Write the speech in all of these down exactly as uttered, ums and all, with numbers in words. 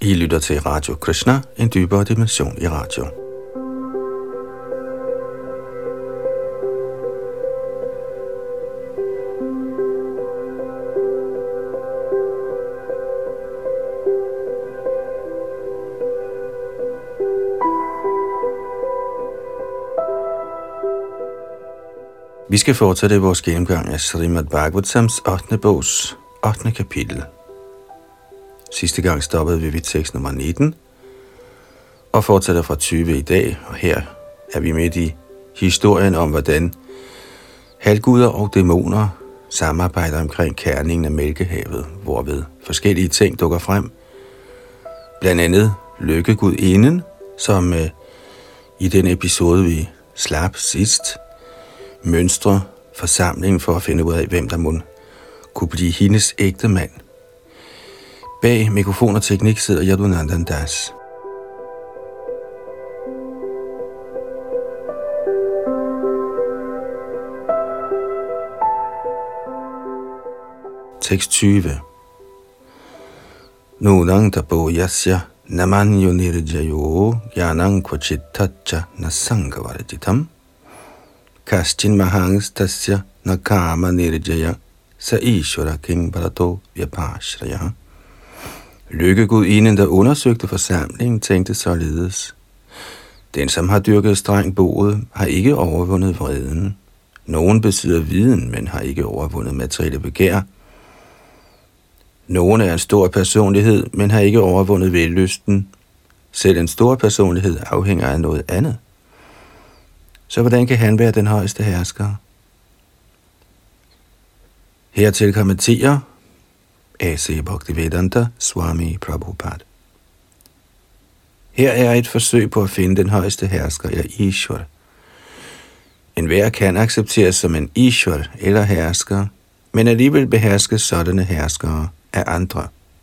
I lytter til Radio Krishna, en dybere dimension i radio. Vi skal fortsætte vores gennemgang af Srimad Bhagavatams ottende bogs ottende kapitel. Sidste gang stoppede vi ved tekst nummer nitten, og fortsætter fra tyve i dag, og her er vi midt i historien om, hvordan halvguder og dæmoner samarbejder omkring kerningen af Mælkehavet, hvorved forskellige ting dukker frem. Blandt andet lykkegudinden, som øh, i den episode, vi slap sidst, mønstre forsamlingen for at finde ud af, hvem der må kunne blive hendes ægte mand. Bag mikrofon og teknik sidder Yadunandan Das. Tekst tyve. Nudang tapo yasya namanyo nirjayo yanang kvachitacha nasangavarajitam kaschin mahangs tasya nakama nirjaya sa ishvara king barato vyapashraya. Lykkegudinden, der undersøgte forsamlingen, tænkte således: den, som har dyrket streng boet, har ikke overvundet vreden. Nogen besidder viden, men har ikke overvundet materielle begær. Nogen er en stor personlighed, men har ikke overvundet vellysten. Selv en stor personlighed afhænger af noget andet. Så hvordan kan han være den højeste hersker? Hertil kommenterer A C Bhaktivedanta Swami Prabhupada. Her er et forsøg på at finde den højeste hersker eller Ishwar. Enhver kan accepteres som en Ishwar eller hersker, men alligevel beherskes sådanne herskere af andre.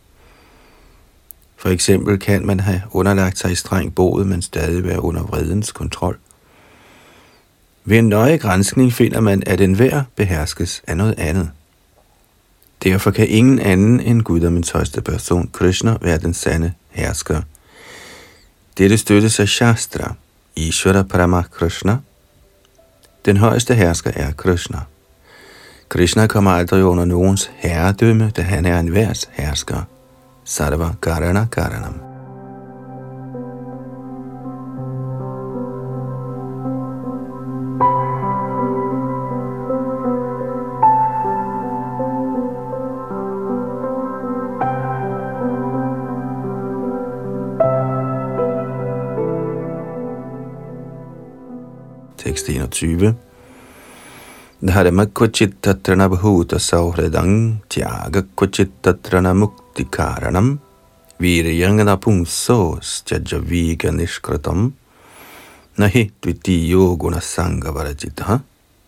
For eksempel kan man have underlagt sig i streng bod, men stadig være under vredens kontrol. Ved en nøje granskning finder man, at enhver beherskes af noget andet. Derfor kan ingen anden end guddommens højeste person, Krishna, være den sande hersker. Dette støttes af Shastra, Ishvara Parama Krishna. Den højeste hersker er Krishna. Krishna kommer aldrig under nogens herredømme, da han er enhvers hersker. Sarva Karana Karanam. Tekst enogtyve. Dharma kvachit tatrana bhuta sauhridang tyaga kvachit tatrana mukti karanam viryangana pungso styaja viga nishkratam nahi dvitiyo gunasanga varajitha.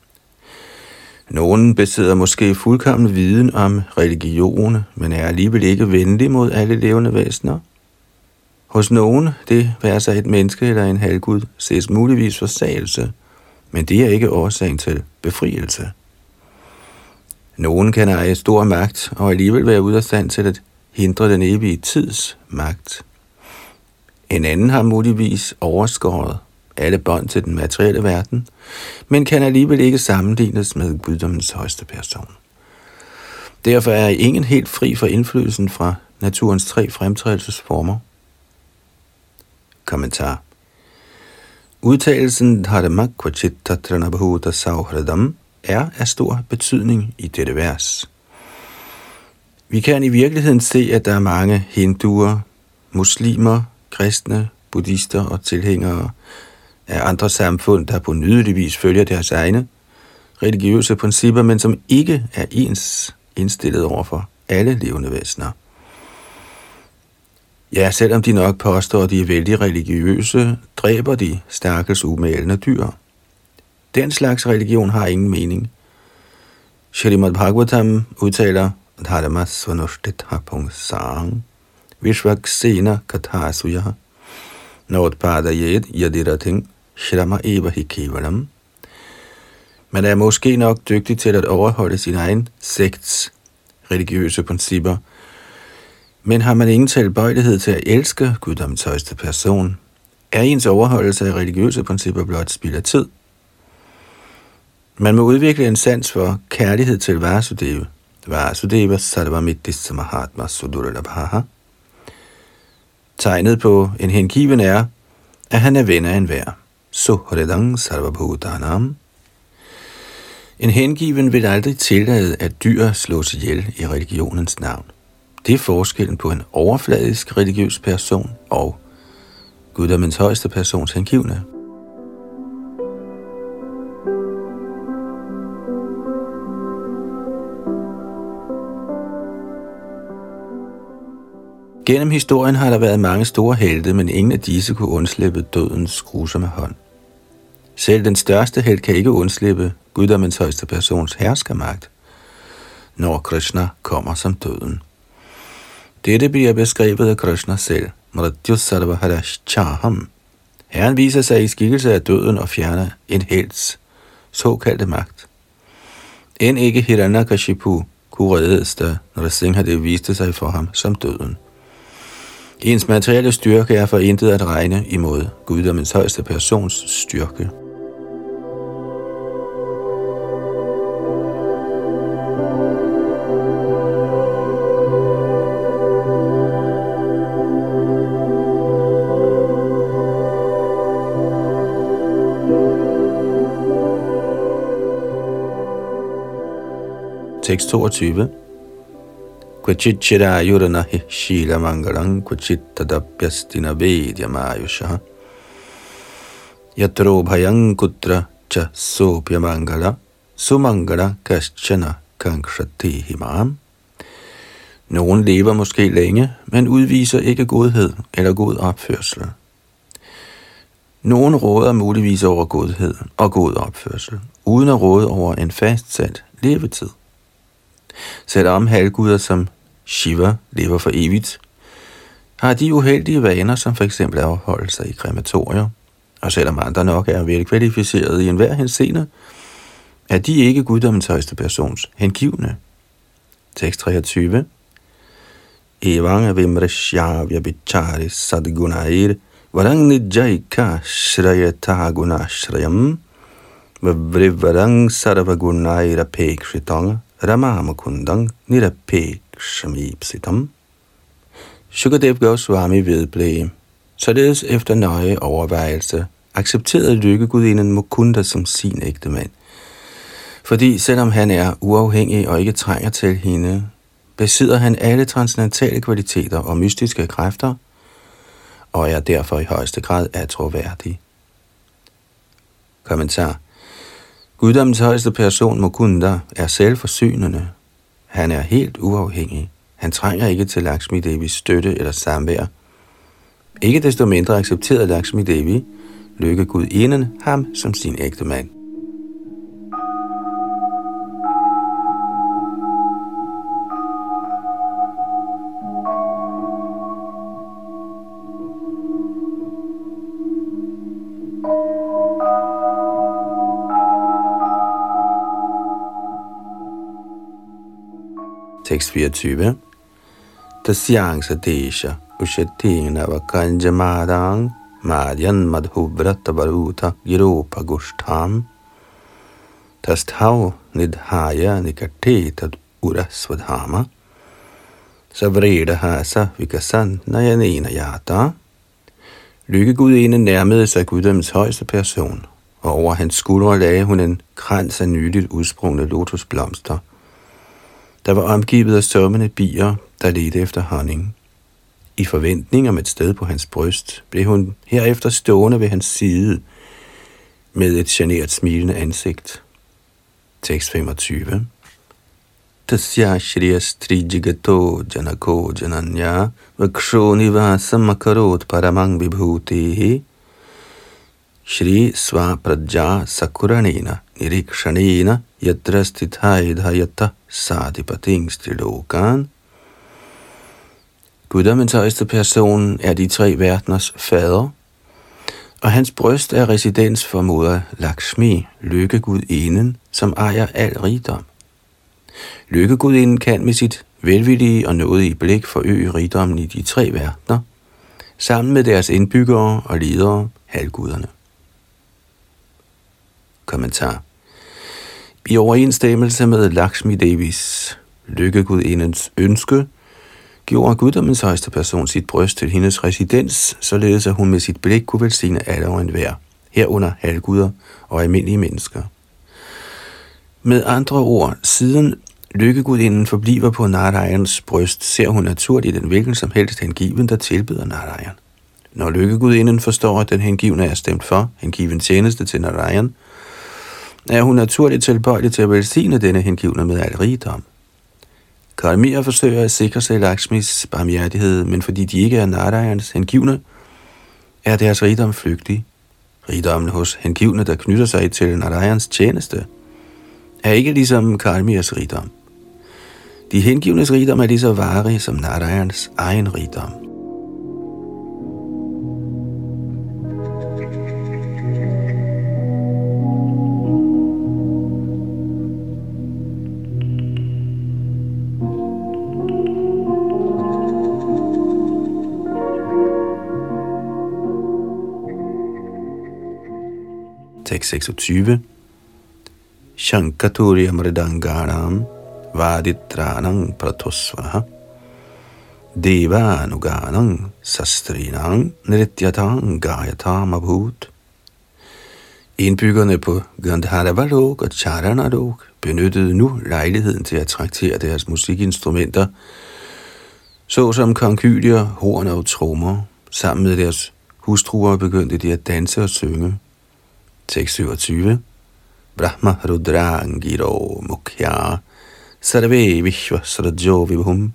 Nogen besidder måske fuldkommen viden om religion, men er alligevel ikke venlig mod alle levende væsener. Hos nogen, det være sig et menneske eller en halvgud, ses muligvis forsagelse, men det er ikke årsagen til befrielse. Nogen kan eje stor magt og alligevel være ude af stand til at hindre den evige tids magt. En anden har muligvis overskåret alle bånd til den materielle verden, men kan alligevel ikke sammenlignes med guddommens højeste person. Derfor er ingen helt fri for indflydelsen fra naturens tre fremtrædelsesformer. Kommentar. Udtalelsen Dharma kvachit tatrana bhuta sauhridam er af stor betydning i dette vers. Vi kan i virkeligheden se, at der er mange hinduer, muslimer, kristne, buddhister og tilhængere af andre samfund, der på nydelig vis følger deres egne religiøse principper, men som ikke er ens indstillet over for alle levende væsener. Ja, selvom de nok påstår, at de er vældig religiøse, dræber de stakkels umælende dyr. Den slags religion har ingen mening. Srimad Bhagavatam udtaler, Dharma svanushtitha pungsang vishvaksena kathasuya nodpadayed yadirating shrama eva hi kevalam. Man er måske nok dygtig til at overholde sin egen sekts religiøse principper, Men har man ingen tilbøjelighed til at elske guddommens højeste person, er ens overholdelse af religiøse principper blot spild af tid. Man må udvikle en sans for kærlighed til Vasudeva. Vasudeva Sarvamitis Mahatma Sudurlabhaha. Tegnet på en hengiven er, at han er ven af enhver. Suhridang Sarvabhutanam. En hengiven vil aldrig tillade, at dyr slås ihjel i religionens navn. Det er forskellen på en overfladisk religiøs person og guddommens højeste persons hengivne. Gennem historien har der været mange store helte, men ingen af disse kunne undslippe dødens grusomme hånd. Selv den største helt kan ikke undslippe guddommens højeste persons herskermagt, når Krishna kommer som døden. Dette bliver beskrevet af Krishna selv. Mrityu sarvaharaschaham. Herren viser sig i skikkelse af døden og fjerner en helts såkaldte magt. End ikke Hiranyakashipu kunne reddes, da Nrsimha det viste sig for ham som døden. Ens materielle styrke er for intet at regne imod guddommens højeste persons styrke. Tekst toogtyve. Kvachit chirayuranahi shila mangalang kvachit tadapyastina vedyamayusha yatro bhayang kutra cha sopya mangala sumangala kaschana kankshati himam. Nogen lever måske længe, men udviser ikke godhed eller god opførsel. Nogen råder muligvis over godhed og god opførsel, uden at råde over en fastsat levetid. Selvom halvguder som Shiva lever for evigt, har de uheldige vaner, som for eksempel afholde sig i krematorier, og selvom andre nok er velkvalificerede i enhver henseende, er de ikke guddommens højeste persons hengivne. Tekst treogtyve. Evang vimrishya vyabichari sadgunair varang nijayka shrayata gunashrayam vavrivarang sarvagunaira pekshitanga Ramamakundang nirapekshmipsitam. Shukadev Goswami vedblev, således efter nøje overvejelse, accepterede lykkegudinden Mukunda som sin ægtemand. Fordi selvom han er uafhængig og ikke trænger til hende, besidder han alle transcendentale kvaliteter og mystiske kræfter, og er derfor i højeste grad atroværdig. Kommentar. Guddommens højeste person, Mukunda, er selvforsynende. Han er helt uafhængig. Han trænger ikke til Lakshmi Devis støtte eller samvær. Ikke desto mindre accepterede Lakshmi Devi, lykkegudinden, ham som sin ægtemand. Tekst fireogtyve. Tasyang sadesha ushatina vakanjamadang madhyan madhuvrata varuta giropa gushtam tasthav nidhaya nikatetad urasvadhama savredaha sa vikasan nayanena yata. Lykkegudinden nærmede sig guddommens højeste person, og over hans skuldre lagde hun en krans af nyligt udsprungne lotusblomster, der var omgivet af sørmende bier, der ledte efter honning. I forventning om et sted på hans bryst, blev hun herefter stående ved hans side med et genert smilende ansigt. Tekst femogtyve. Tasya shriyas trijigato janako jananya vakshoniva samakarot paramang vibhutehi Shri svapraja sakuranena nirikshanena yadrastithaidhayata sadipatingstilokan. Guddommens højeste person er de tre verdeners fader, og hans bryst er residens for moder Lakshmi, lykkegudinden, som ejer al rigdom. Lykkegudinden kan med sit velvillige og nådige blik forøge rigdommen i de tre verdener, sammen med deres indbyggere og ledere, halvguderne. Kommentar. I overensstemmelse med Lakshmi Devis, lykkegudindens ønske, gjorde guddommens højeste person sit bryst til hendes residens, således at hun med sit blik kunne velsigne alle og enhver, herunder halvguder og almindelige mennesker. Med andre ord, siden lykkegudinden forbliver på Narayans bryst, ser hun naturligt den hvilken som helst hengiven, der tilbeder Narayan. Når lykkegudinden forstår, at den hengivne er stemt for hengiven tjeneste til Narayan, er hun naturligt tilbøjelig til at velsigne denne hengivne med al rigdom. Karmier forsøger at sikre sig Lakshmis barmhjertighed, men fordi de ikke er Narayans hengivne, er deres rigdom flygtig. Rigdommen hos hengivne, der knytter sig til Narayans tjeneste, er ikke ligesom Karmiers rigdom. De hengivnes rigdom er lige så varig som Narayans egen rigdom. Tekst seksogtyve. Shankaturiya mridanganam vaditranang pratosvaraha devanuganang sastrinang nrityatang gayatam abhut. Indbyggerne på Gandharva-lok og Charana-lok benyttede nu lejligheden til at traktere deres musikinstrumenter, såsom konkylier, horn og trommer. Sammen med deres hustruer begyndte de at danse og synge. Tekst syvogtyve. Brahma rudrangiro mukhya sarve vishvasrajo vibhum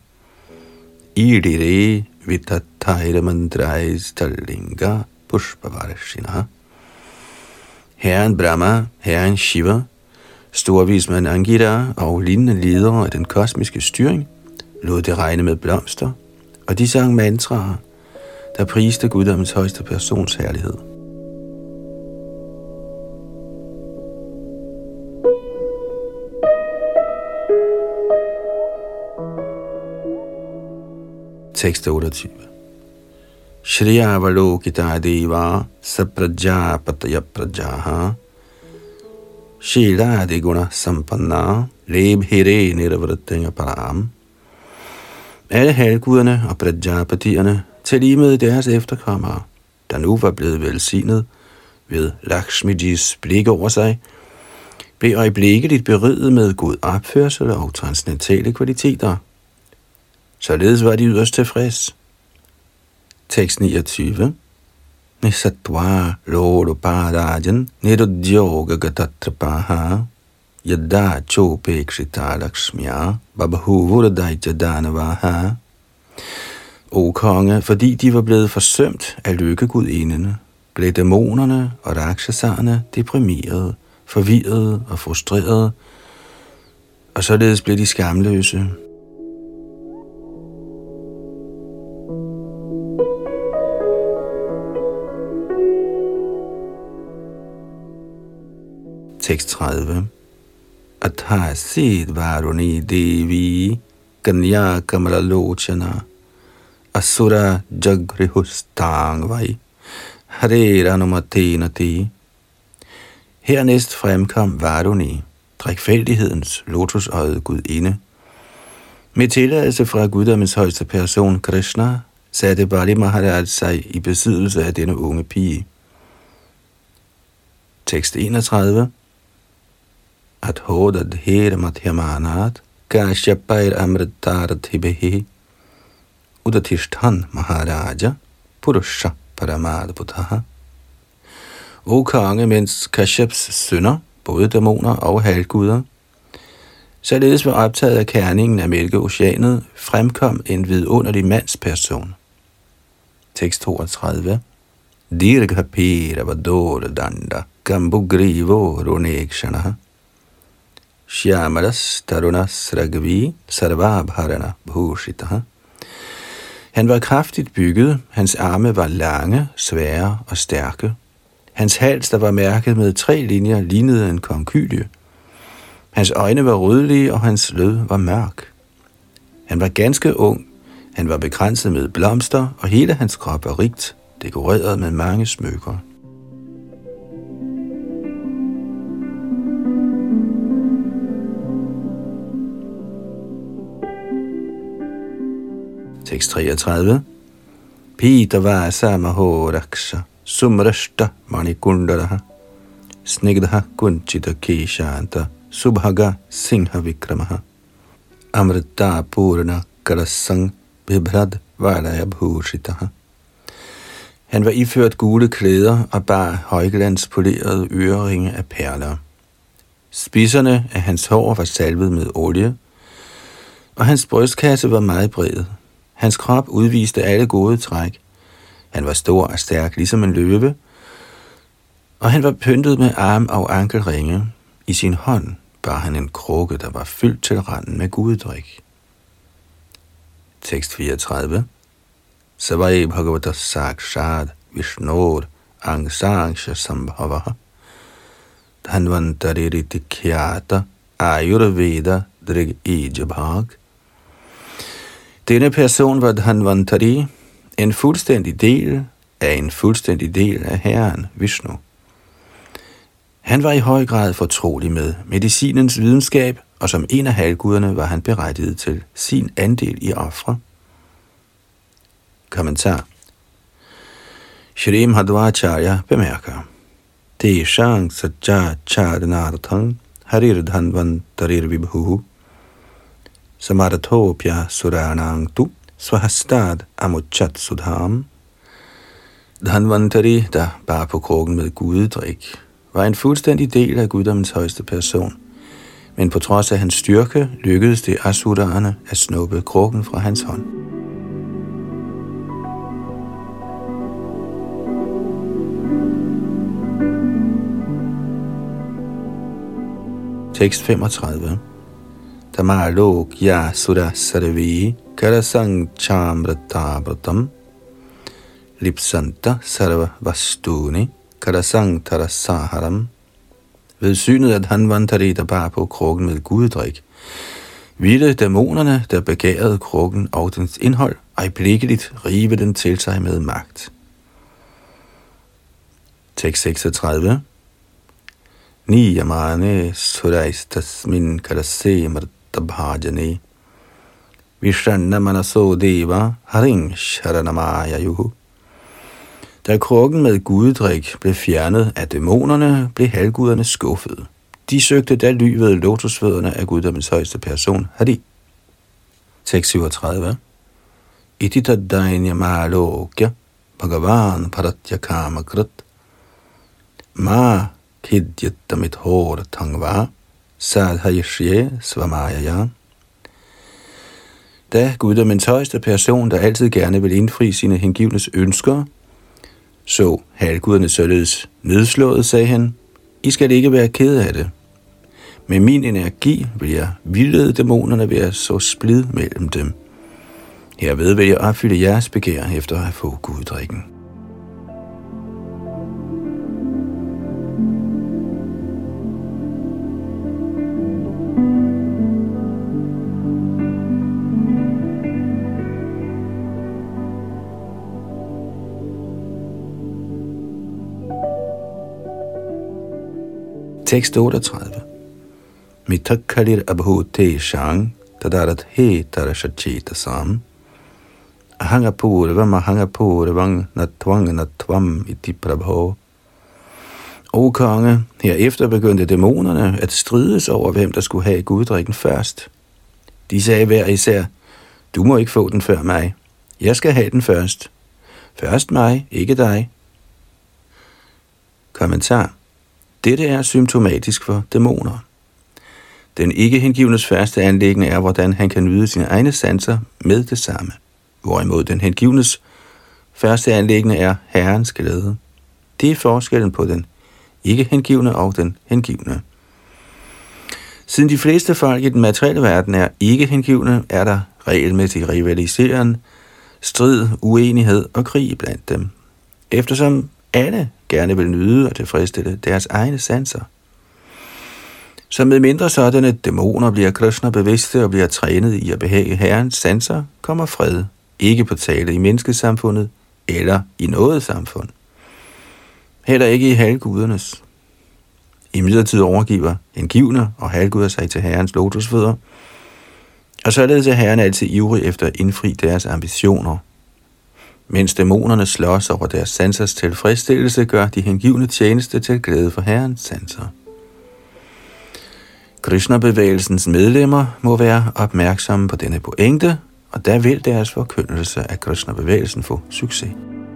idire vitathaira mandrai stallinga pushpavarshina. Herren Brahma, herren Shiva, storvismand Angira og lignende ledere af den kosmiske styring lod det regne med blomster, og de sang mantraer, der priste guddommens højeste persons herlighed. Tekst otteogtyve. Shriya Avalokita Deva Saprajapataya Prajaha Shiladi Guna Sampanna Lebhire Nirvritya Param. Alle halvguderne og Prajapatierne til lige med deres efterkommere, der nu var blevet velsignet ved Lakshmijis blik over sig, blev øjeblikkeligt beriget med god opførsel og transcendentale kvaliteter. Således var de yderst tilfreds. Tekst niogtyve. Nisatva lodoparajan nirudyoga gatatrapaha yadda chopekshita lakshmya babahuvurdajja danavaha. O konge, fordi de var blevet forsømt af lykkegudinderne, blev dæmonerne og rakshaserne deprimerede, forvirrede og frustrerede, og således blev de skamløse. Tekst tredive. Athasid varuni devi kanya kamalalochana asura jagrihustangvai hare ranumatenati. Hernæst fremkom Varuni, drikfældighedens lotusøjede gudinde. Med tilladelse fra guddommens højeste person Krishna satte Bali Maharaj sig i besiddelse af denne unge pige. Tekst enogtredive. At hodad hera madhyamanat kashyapayr amritarthibehi udatishtan maharaja purusha paramadbutaha. O konge, mens Kashyps sønner, både dæmoner og halvguder, således var optaget af kerningen af mælkeoceanet, fremkom en vidunderlig mandsperson. Tekst toogtredive. Dirghapira vadora danda kambugrivo runekshana Shyamaras tarunas ragvi sarvabharana bhushitaha. Han var kraftigt bygget, hans arme var lange, svære og stærke. Hans hals, der var mærket med tre linjer, lignede en konkylie. Hans øjne var rødlige, og hans lød var mørk. Han var ganske ung, han var begrænset med blomster, og hele hans krop var rigt dekoreret med mange smykker. Tekst treogtredive. Pita vasa mahoraksha sumrashta manikundaraha snigdha kunchita keshanta subhaga singha vikramaha amrita purna karasang bibhrad valaya bhushitaha. Han var iført gule klæder og bar højglanspolerede øreringe af perler. Spidserne af hans hår var salvet med olie, og hans brystkasse var meget bred. Hans krop udviste alle gode træk. Han var stor og stærk, ligesom en løve, og han var pyntet med arm- og ankelringe. I sin hånd bar han en krukke, der var fyldt til randen med guddrik. Tekst fireogtredive. Savai bhagavata sakshad vishnor angsangsha sambhavaha dhanvantariritikyata ayurveda drig ijabhag. Denne person var Dhanvantari, en fuldstændig del af en fuldstændig del af Herren Vishnu. Han var i høj grad fortrolig med medicinens videnskab, og som en af halvguderne var han berettiget til sin andel i ofre. Kommentar. Shri Madhvacharya bemærker: Teshang sajja charanarthang harir dhanvantarir vibhuhu samarthopya suranang tu svahastad amuchat sudham. Dhanvantari, der bar på krukken med gudedrik, var en fuldstændig del af guddommens højeste person. Men på trods af hans styrke, lykkedes det asurerne at snuppe krukken fra hans hånd. Tekst femogtredive. Tamalok ya sura sarvi karasang chamratabratam lipsanta sarva vastuni karasang tarasaharam. Ved synet af Dhanvantari, der bar på krukken med gudedrik, ville dæmonerne, der begærede krukken og dens indhold, øjeblikkeligt rive den til sig med magt. Tekst seksogtredive. Niyamane suraistasmin karase martabhajane vishanna manaso deva haring sharanamaya. Da krukken med gudedrik blev fjernet af dæmonerne, blev halvguderne skuffede. De søgte da ly ved lotusfødderne af guddommens højeste person, Hari. Tekst syvogtredive. Ititadainya malokya bhagavan paratyakama krat ma kidyatamit hor tangva sadhayishye svamaya. Da guddommens højeste person, der altid gerne vil indfri sine hengivnes ønsker, så halvguderne således nedslået, sagde han: I skal ikke være kede af det. Med min energi vil jeg vildlede dæmonerne ved at så splid mellem dem. Herved vil jeg opfylde jeres begær efter at få guddrikken. Tekst otteogtredive. Mitakkalir abhute shang tadarat he tarashachita sam ahangapurvam ahangapurvam natvang natvam iti prabho. O konge, herefter begyndte dæmonerne at strides over, hvem der skulle have guddrikken først. De sagde hver især: Du må ikke få den før mig. Jeg skal have den først. Først mig, ikke dig. Kommentar. Dette er symptomatisk for dæmoner. Den ikke-hengivnes første anliggende er, hvordan han kan nyde sine egne sanser med det samme. Hvorimod den hengivnes første anliggende er Herrens glæde. Det er forskellen på den ikke-hengivne og den hengivne. Siden de fleste folk i den materielle verden er ikke-hengivne, er der regelmæssig rivalisering, strid, uenighed og krig blandt dem. Eftersom alle gerne vil nyde og tilfredsstille deres egne sanser, Så med mindre sådanne dæmoner bliver Krishna bevidste og bliver trænet i at behage herrens sanser, kommer fred ikke på tale i menneskesamfundet eller i noget samfund. Heller ikke i halvgudernes. I midlertid overgiver hengivne og halvguder sig til herrens lotusfødder, og således er herren altid ivrig efter at indfri deres ambitioner. Mens dæmonerne slås over deres sansers tilfredsstillelse, gør de hengivne tjeneste til glæde for herrens sanser. Krishna-bevægelsens medlemmer må være opmærksomme på denne pointe, og der vil deres forkyndelse af Krishna-bevægelsen få succes.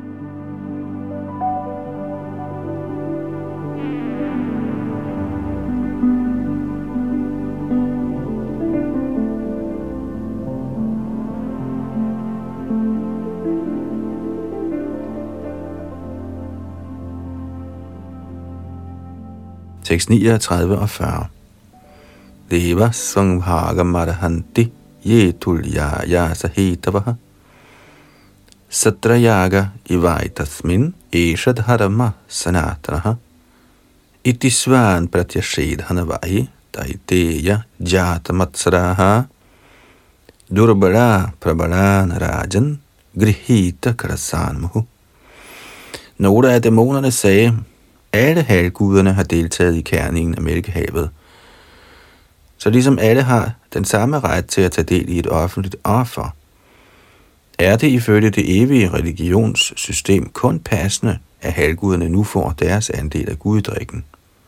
Tekst niogtredive og fyrre. Deva sanghāga marhanti ye tulyāya sahitavaha satrayaga ivaitasmin eshadharama sanatanaha itisvan pratyashedhanavahi taiteya jatamatsaraha durbara prabharan rajan grihita karasanmuhu. Nogle af dæmonerne sagde, alle halvguderne har deltaget i kærningen af Mælkehavet. Så ligesom alle har den samme ret til at tage del i et offentligt offer, er det ifølge det evige religionssystem kun passende, at halvguderne nu får deres andel af guddrikken.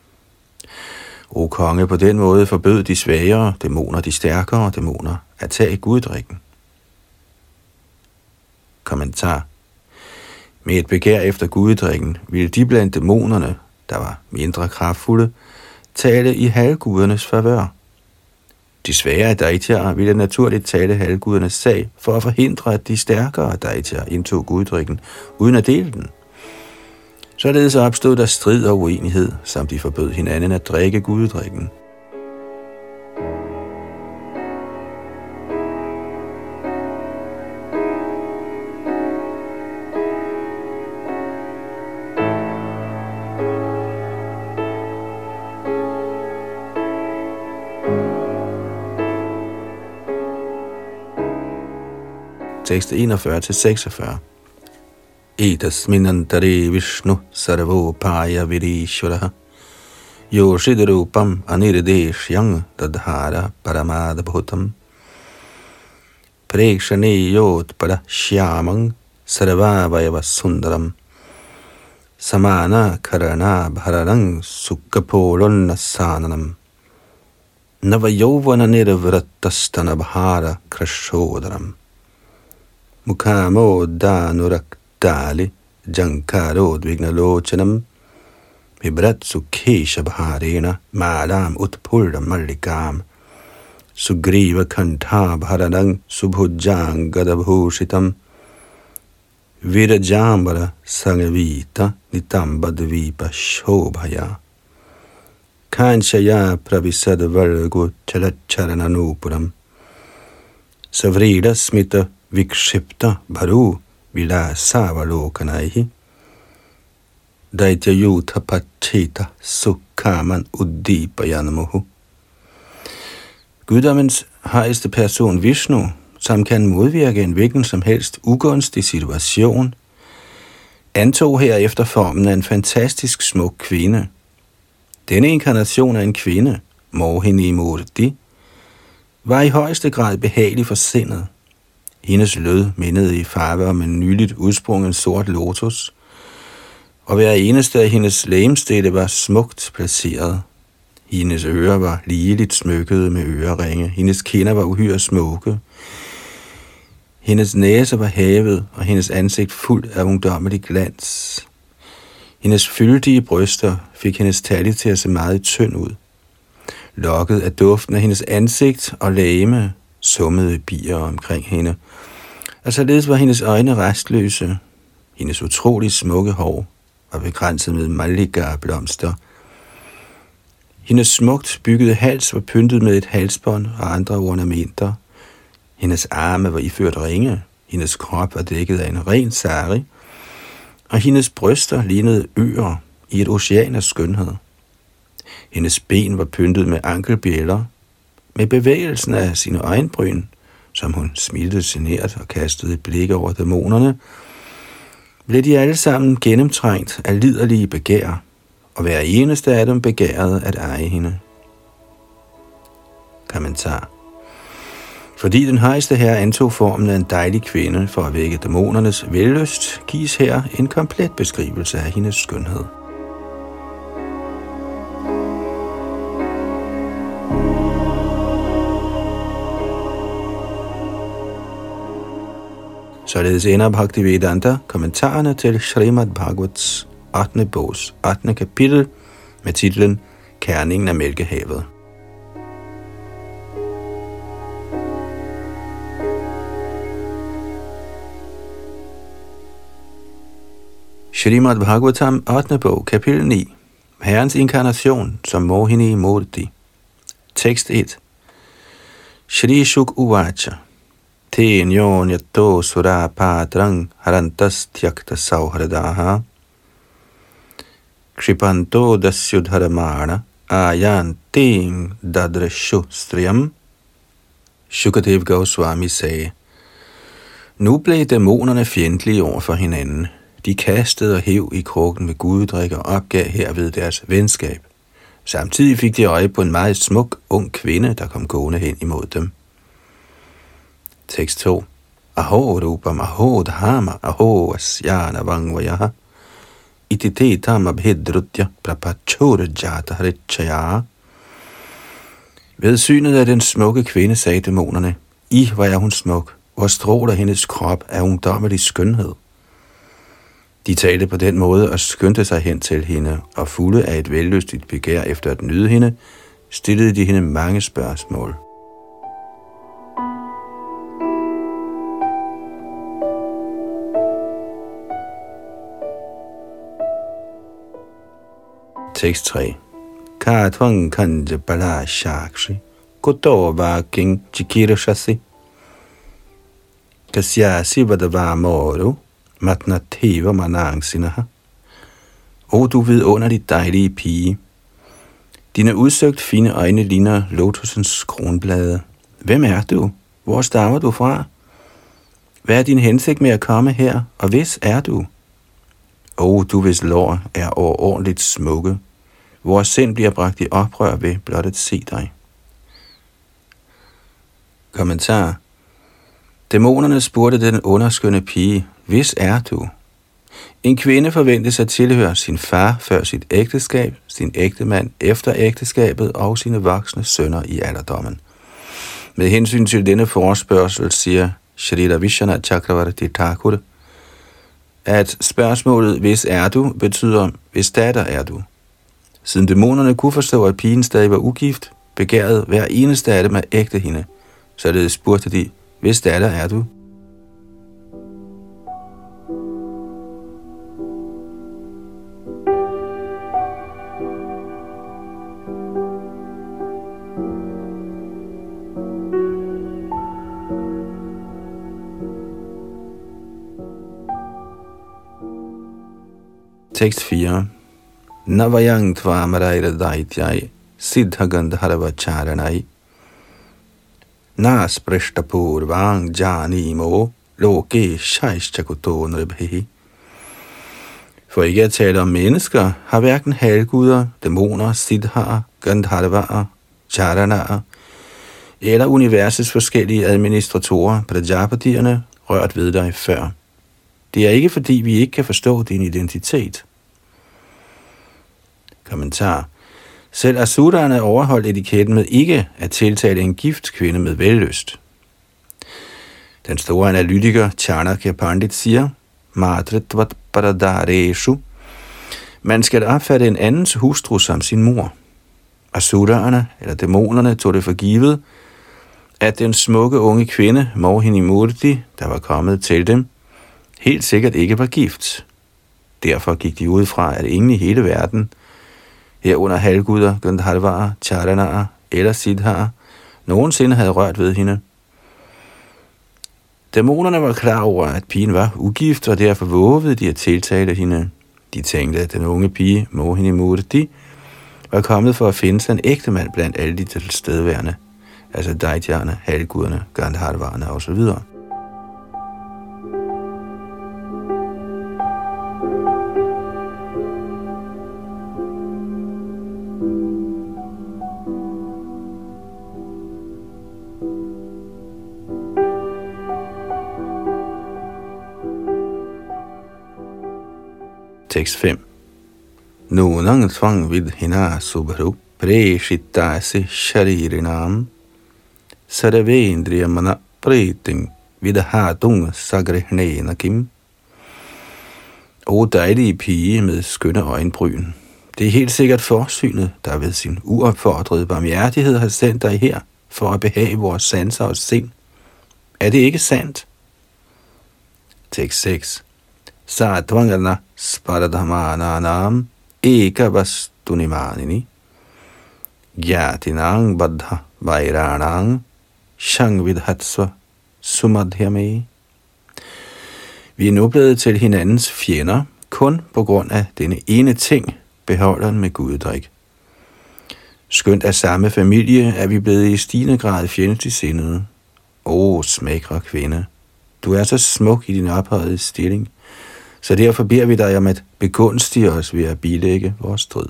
O konge, på den måde forbød de svagere dæmoner de stærkere dæmoner at tage guddrikken. Kommentar. Med et begær efter guddrikken ville de blandt dæmonerne, der var mindre kraftfulde, tale i halvgudernes favør. De svære daitier ville naturligt tale halvgudernes sag for at forhindre, at de stærkere daitier indtog guddrikken uden at dele den. Således opstod der strid og uenighed, samt de forbød hinanden at drikke guddrikken. Tekst enogfyrre til seksogfyrre. Etasminantare Vishnu sarvopaya virishvaraha yoshidrupam anirideshyang dadhara paramadabhutam prekshaneyot pada shyamang sarvavayava sundaram samana karana bhararang sukkapolunnasananam navayovana nirvrattastanabhara krashodaram Mukamo danurakdali jankaro dvignalochanam vibratsu keshabharena malam utpurda mallikam sugriva kantha bharanang subhujang gadabhushitam virajambara sangavita nitambadvipa shobhaya kanchaya pravisad vargu chalacharananupuram savrida smita vikshipta bharu vilasavalokanaihi daitayuta pachita sukkaman uddipayanmuhu. Guddommens højeste person Vishnu, som kan modvirke en hvilken som helst ugunstig situation, antog herefter formen af en fantastisk smuk kvinde. Denne inkarnation af en kvinde, Mohini Murti, var i højeste grad behagelig for sindet. Hendes lød mindede i farve om en nyligt udsprunget sort lotus, og hver eneste af hendes legemsdele var smukt placeret. Hendes ører var ligeligt smykkede med øreringe, hendes kinder var uhyre smukke, hendes næse var hævet, og hendes ansigt fuldt af ungdommelig glans. Hendes fyldige bryster fik hendes talle til at se meget tynd ud. Lokket af duften af hendes ansigt og legeme summede bier omkring hende, og således var hendes øjne restløse. Hendes utrolig smukke hår var begrænset med mallika-blomster. Hendes smukt byggede hals var pyntet med et halsbånd og andre ornamenter. Hendes arme var iført ringe, hendes krop var dækket af en ren sari, og hendes bryster lignede øer i et ocean af skønhed. Hendes ben var pyntet med ankelbjælder. Med bevægelsen af sine øjenbryn, som hun smilte genert og kastede et blik over dæmonerne, blev de alle sammen gennemtrængt af liderlige begær, og hver eneste af dem begærede at eje hende. Kommentar. Fordi den højeste her antog formen af en dejlig kvinde for at vække dæmonernes vellyst, gives her en komplet beskrivelse af hendes skønhed. Således ender Bhaktivedanta kommentarerne til Srimad Bhagavats ottende bogs ottende kapitel med titlen Kærningen af Mælkehavet. Srimad Bhagavatam ottende bog, kapitel ni. Herrens inkarnation som Mohini Murti. Tekst et. Shri Shuk Uvacha. Ten yon yato sura padrang harantas tyakta sauhradaha. Kripanto dasyudharamana ayan ting dadrashu striyam. Shukadev Goswami sagde: Nu blev dæmonerne fjendtlige over for hinanden. De kastede og hev i krukken med guddrik og opgav herved deres venskab. Samtidig fik de øje på en meget smuk, ung kvinde, der kom gående hen imod dem. Tekst to. Aho rupam aho dhama aho asyana vangvayaha itite abhidrutya prapachurjata harichaya. Ved synet af den smukke kvinde sagde dæmonerne: I, hvor er hun smuk, hvor stråler hendes krop af ungdommelig skønhed. De talte på den måde og skyndte sig hen til hende, og fulde af et vellystigt begær efter at nyde hende, stillede de hende mange spørgsmål. Tekst tre. Katvang kanja bala shakshi kutova king chikirashasi kasyasi vadava moru matnativa manangsinaha. O du vidunderligt dejlige pige, dine udsøgt fine øjne ligner lotusens kronblade. Hvem er du? Hvor stammer du fra? Hvad er din hensigt med at komme her, og hvis er du? O du hvis lår er overordentligt smukke, vores sind bliver bragt i oprør ved blot at se dig. Kommentar. Dæmonerne spurgte den underskønne pige: Hvis er du? En kvinde forventes at tilhøre sin far før sit ægteskab, sin ægtemand efter ægteskabet og sine voksne sønner i alderdommen. Med hensyn til denne forespørgsel siger Shrila Vishwanath Chakravarti Thakur, at spørgsmålet hvis er du betyder hvis datter er du. Siden dæmonerne kunne forstå, at pigen stadig var ugift, begærede hver eneste af dem at ægte hende. Således spurgte de: Hvis datter er du? Tekst fire. Navayang tvamaraira daityai siddhagandharva charanai nas prishtapurvang janimo loke shaishchakuto nribhi. For ikke at tale om mennesker, har hverken halvguder, dæmoner, siddhaer, gandharvaer, charanaer eller universets forskellige administratorer, prajapatierne, rørt ved dig før. Det er ikke fordi, vi ikke kan forstå din identitet. Kommentar. Selv asuraerne overholdt etiketten med ikke at tiltale en gift kvinde med vellyst. Den store analytiker Chanakya Pandit siger: Madritvat paradareshu. Man skal opfatte en andens hustru som sin mor. Asuraerne, eller dæmonerne, tog det for givet, at den smukke unge kvinde, Mohini Murti, der var kommet til dem, helt sikkert ikke var gift. Derfor gik de ud fra, at ingen i hele verden, herunder halvguder, gandharvaer, charanaer eller siddhaer, nogensinde havde rørt ved hende. Dæmonerne var klar over, at pigen var ugift, og derfor vågede de at tiltale hende. De tænkte, at den unge pige, Mohini Murti, var kommet for at finde sig en ægte mand blandt alle de tilstedeværende, altså daityerne, halvguderne, gandharvarerne osv. Tekst fem. Nunang tvang vidhina subharu preshitasi sharirinam saravendriyamana preting vidahatung sagrihnena kim. O dejlige pige med skønne øjenbryn. Det er helt sikkert forsynet, der ved sin uopfordrede barmhjertighed har sendt dig her for at behage vores sanser og sind. Er det ikke sandt? Tekst seks. Satvangana sparadhamananam ekavastunimanini gyatinang baddha vairanang shangvidhatsva sumadhyame. Vi er nu blevet til hinandens fjender, kun på grund af denne ene ting, beholderen med guddrik. Skønt af samme familie er vi blevet i stigende grad fjendtligt sindede. O smækre kvinde, du er så smuk i din ophøjede stilling, så derfor beder vi dig om at begunstige os ved at bilægge vores strid.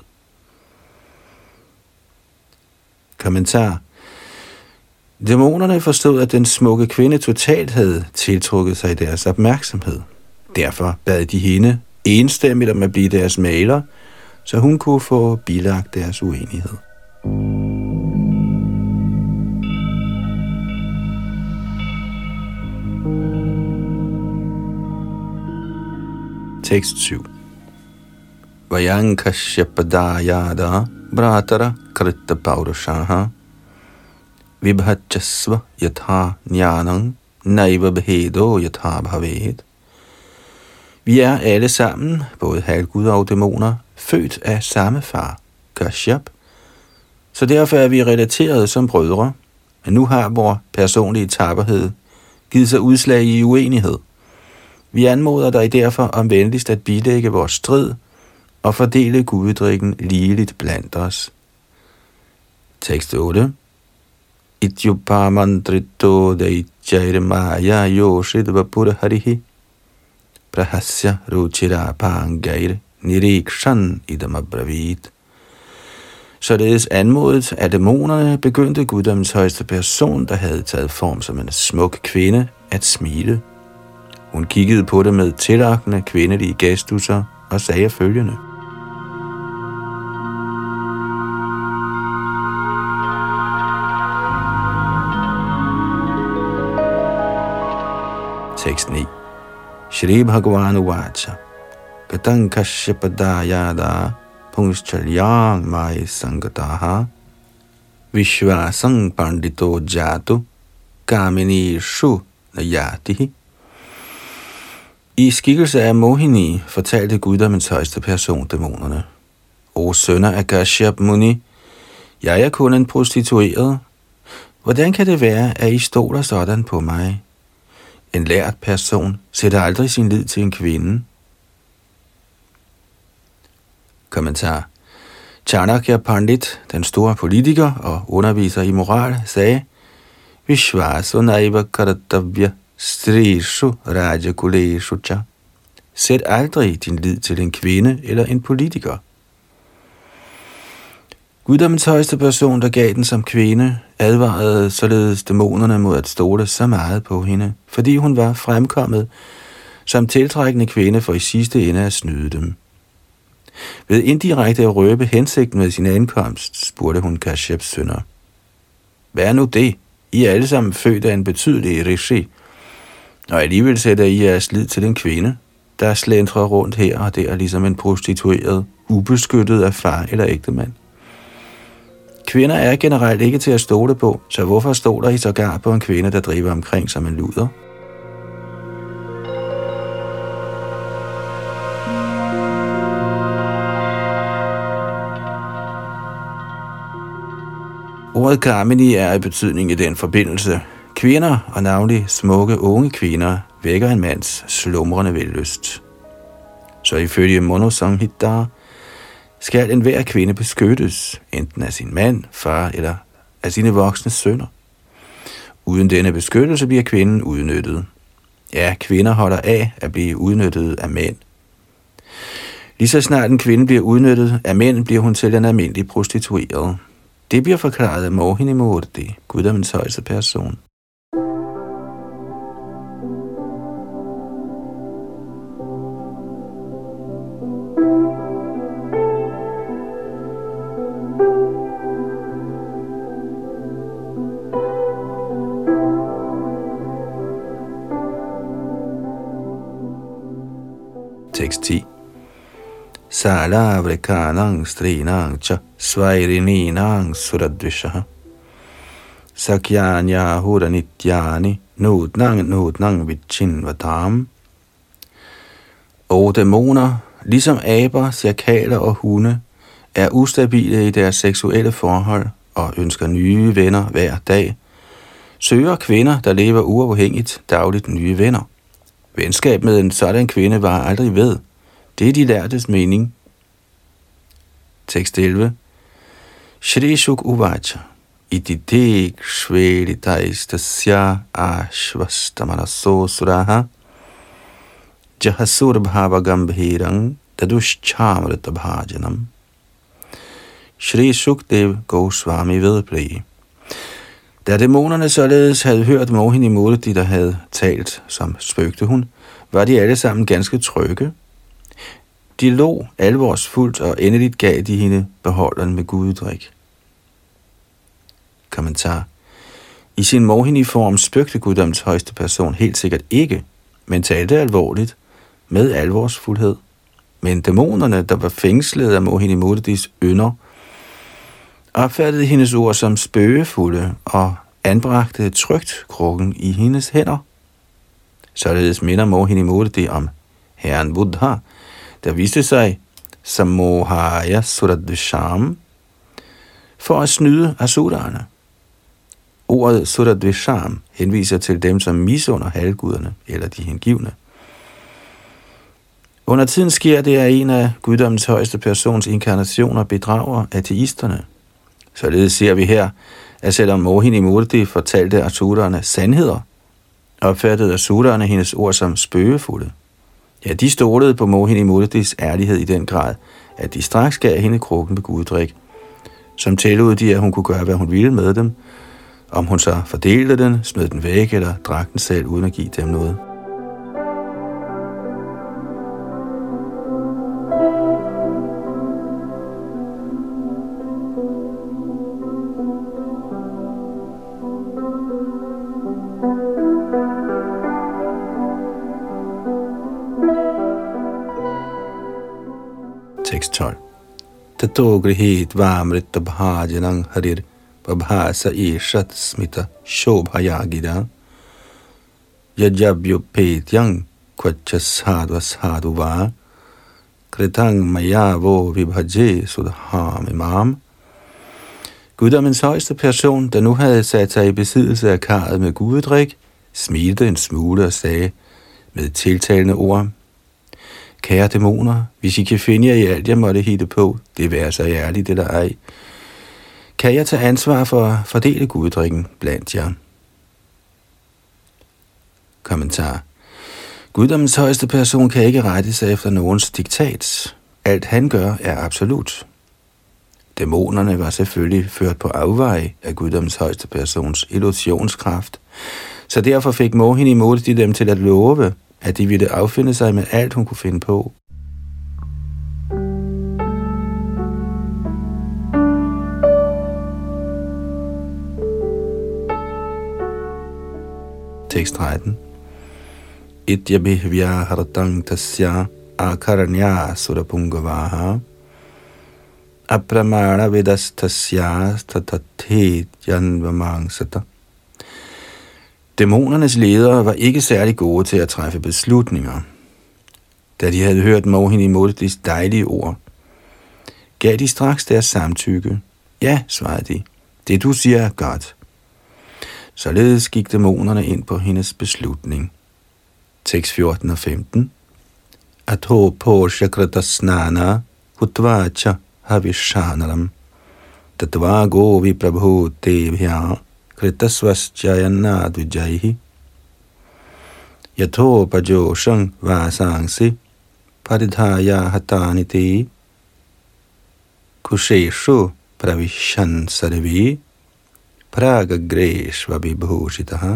Kommentar. Dæmonerne forstod, at den smukke kvinde totalt havde tiltrukket sig deres opmærksomhed. Derfor bad de hende enstemmigt om at blive deres maler, så hun kunne få bilagt deres uenighed. Tekst syv. Vayang kashyapadaayada bratara kritta paurushaha vibhachasva yatha jnanang naiva bhedo yatha bhavet. Vi er alle sammen, både halvguder og dæmoner, født af samme far, Kashyap, så derfor er vi relateret som brødre, men nu har vores personlige tapperhed givet sig udslag i uenighed. Vi anmoder dig derfor om venligst at bilægge vores strid og fordele guddrikken ligeligt blandt os. Tekst otte. Ityupamandrito daichairmaya yoshidva puraharihi prahasya ruchira pangair nirikshan idamabravit. Således anmodet af dæmonerne begyndte guddommens højeste person, der havde taget form som en smuk kvinde, at smile. Hun kiggede på det med tillagtende kvindelige gestusser og sagde følgende. Tekst ni. Shri Bhagavan Uvacha Gatang Kashyapadayada Pungschalyang Mai Sangataha Vishvasang Pandito Jatu Kamini Shu Nayatihi. I skikkelse af Mohini fortalte guddommens højeste person dæmonerne. O sønner af Kashyap Muni, jeg er kun en prostitueret. Hvordan kan det være, at I stoler sådan på mig? En lært person sætter aldrig sin lid til en kvinde. Kommentar. Chanakya Pandit, den store politiker og underviser i moral, sagde, Vishvaso naiva karatavya strishu rajakuleshu cha. Sæt aldrig din lid til en kvinde eller en politiker. Guddommens højeste person, der gav den som kvinde, advarede således dæmonerne mod at stole så meget på hende, fordi hun var fremkommet som tiltrækkende kvinde for i sidste ende at snyde dem. Ved indirekte at røbe hensigten med sin ankomst, spurgte hun Kashyaps sønner. Hvad er nu det? I er alle sammen født af en betydelig rishi, og alligevel sætter I jeres lid til en kvinde, der slentrer rundt her og der ligesom en prostitueret, ubeskyttet af far eller ægtemand. Kvinder er generelt ikke til at stole på, så hvorfor stoler I sågar på en kvinde, der driver omkring som en luder? Ordet Kamini er i betydning i den forbindelse. Kvinder, og navnlig smukke unge kvinder, vækker en mands slumrende vellyst. Så ifølge Monosamhita skal enhver kvinde beskyttes, enten af sin mand, far eller af sine voksne sønner. Uden denne beskyttelse bliver kvinden udnyttet. Ja, kvinder holder af at blive udnyttet af mænd. Lige så snart en kvinde bliver udnyttet af mænd, bliver hun til en almindelig prostitueret. Det bliver forklaret af Mohini Murti, guddommens højeste person. Tekst ti. Salavrikanang strinang cha svairinang suradvishaha sakyanya huranityani nudnang nudnang vichinvatam. Og dæmoner, ligesom aber, sjakaler og hunde, er ustabile i deres seksuelle forhold og ønsker nye venner hver dag, søger kvinder, der lever uafhængigt, dagligt nye venner. Venskab med en sådan kvinde var aldrig ved. Det er de lærtes mening. Tekst elleve. Shri Shuk Uvacha Iditek Shvelitaistasya Ashvastamanaso Suraha Jahasur Bhava Gambhirang Dadushchamrita Bhajanam. Shri Shukdev Goswami vedblev. Da dæmonerne således havde hørt Mohini Murti, der havde talt, som spøgte hun, var de alle sammen ganske trygge. De lå alvorsfuldt, og endeligt gav de hende beholderen med guddrik. Kommentar. I sin Mohini-form spøgte guddommens højeste person helt sikkert ikke, men talte alvorligt med alvorsfuldhed. Men dæmonerne, der var fængslet af Mohini Murtis ynder, opfattede hendes ord som spøgefulde og anbragte trygt krukken i hendes hænder. Således minder Mohini Murti om herren Buddha, der viste sig som Mohaya Suradvisham for at snyde asurerne. Ordet Suradvisham henviser til dem, som misunder halvguderne eller de hengivne. Under tiden sker det, at en af guddommens højeste persons inkarnationer bedrager ateisterne. Således ser vi her, at selvom Mohini Murti fortalte asurerne sandheder, opfattede asurerne hendes ord som spøgefulde. Ja, de stolede på Mohini Murtis ærlighed i den grad, at de straks gav hende krukken med guddrik, som tillod de, at hun kunne gøre, hvad hun ville med dem, om hun så fordelte den, smed den væk eller drak den selv, uden at give dem noget. Tekst tolv. Tato grihit vamrita bhajanang harir babhasa ishat smita shobhayagida yajabyo petyang kvacha sadva sadhuva kritang mayavo vibhaje sudhamimam. Guddommens højeste person, der nu havde sat sig i besiddelse af karret med guddrik, smilte en smule og sagde med tiltalende ord: Kære dæmoner, hvis I kan finde jer i alt, jeg måtte hitte på, det være så ærligt eller ej, kan jeg tage ansvar for at fordele guddrikken blandt jer. Kommentar. Guddommens højeste person kan ikke rette sig efter nogens diktat. Alt han gør er absolut. Dæmonerne var selvfølgelig ført på afveje af guddommens højeste persons illusionskraft, så derfor fik Mohini Murti dem til at love, at de ville affinde sig med alt, hun kunne finde på. Tekst tretten. Ityabhivya haratang tasya akaranya surapungavaha apramana vedastasya tatathet janvamangsata. Dæmonernes ledere var ikke særlig gode til at træffe beslutninger. Da de havde hørt Mohini Murtis dejlige ord, gav de straks deres samtykke. Ja, svarede de. Det du siger er godt. Således gik dæmonerne ind på hendes beslutning. Tekst fjorten og femten. Atho po shakrata snana hutvacha havishanaram tatva govi prabhu tebhya kritasvasjayana dvijaihi yato pajoshang vasangsi paridhaya hataniti kusheshu pravishan sarvi pragagreshva vibhushitaha.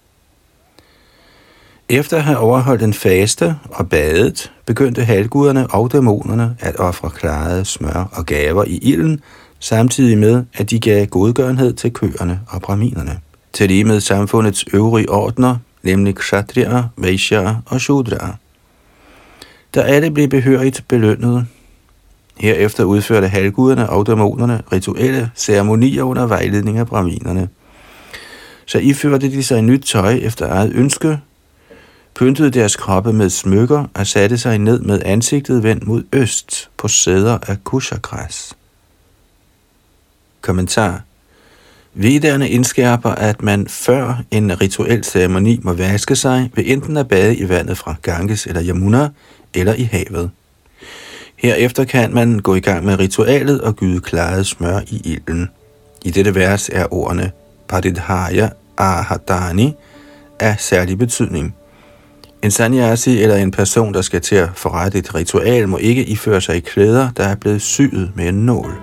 Efter at have overholdt en faste og badet, begyndte halvguderne og dæmonerne at ofre klare, smør og gaver i ilden, samtidig med, at de gav godgørenhed til køerne og brahminerne. Til lige med samfundets øvrige ordner, nemlig kshatriyer, vaishyaer og shudraer, der alle blev behørigt belønnet. Herefter udførte halvguderne og dæmonerne rituelle ceremonier under vejledning af brahminerne. Så iførte de sig nyt tøj efter eget ønske, pyntede deres kroppe med smykker og satte sig ned med ansigtet vendt mod øst på sæder af kushagræs. Kommentar. Vedderne indskærper, at man før en rituel ceremoni må vaske sig ved enten at bade i vandet fra Ganges eller Yamuna eller i havet. Herefter kan man gå i gang med ritualet og gyde klaret smør i ilden. I dette vers er ordene paridhaya ahadani af særlig betydning. En sannyasi eller en person, der skal til at forrette et ritual, må ikke iføre sig i klæder, der er blevet syet med en nål.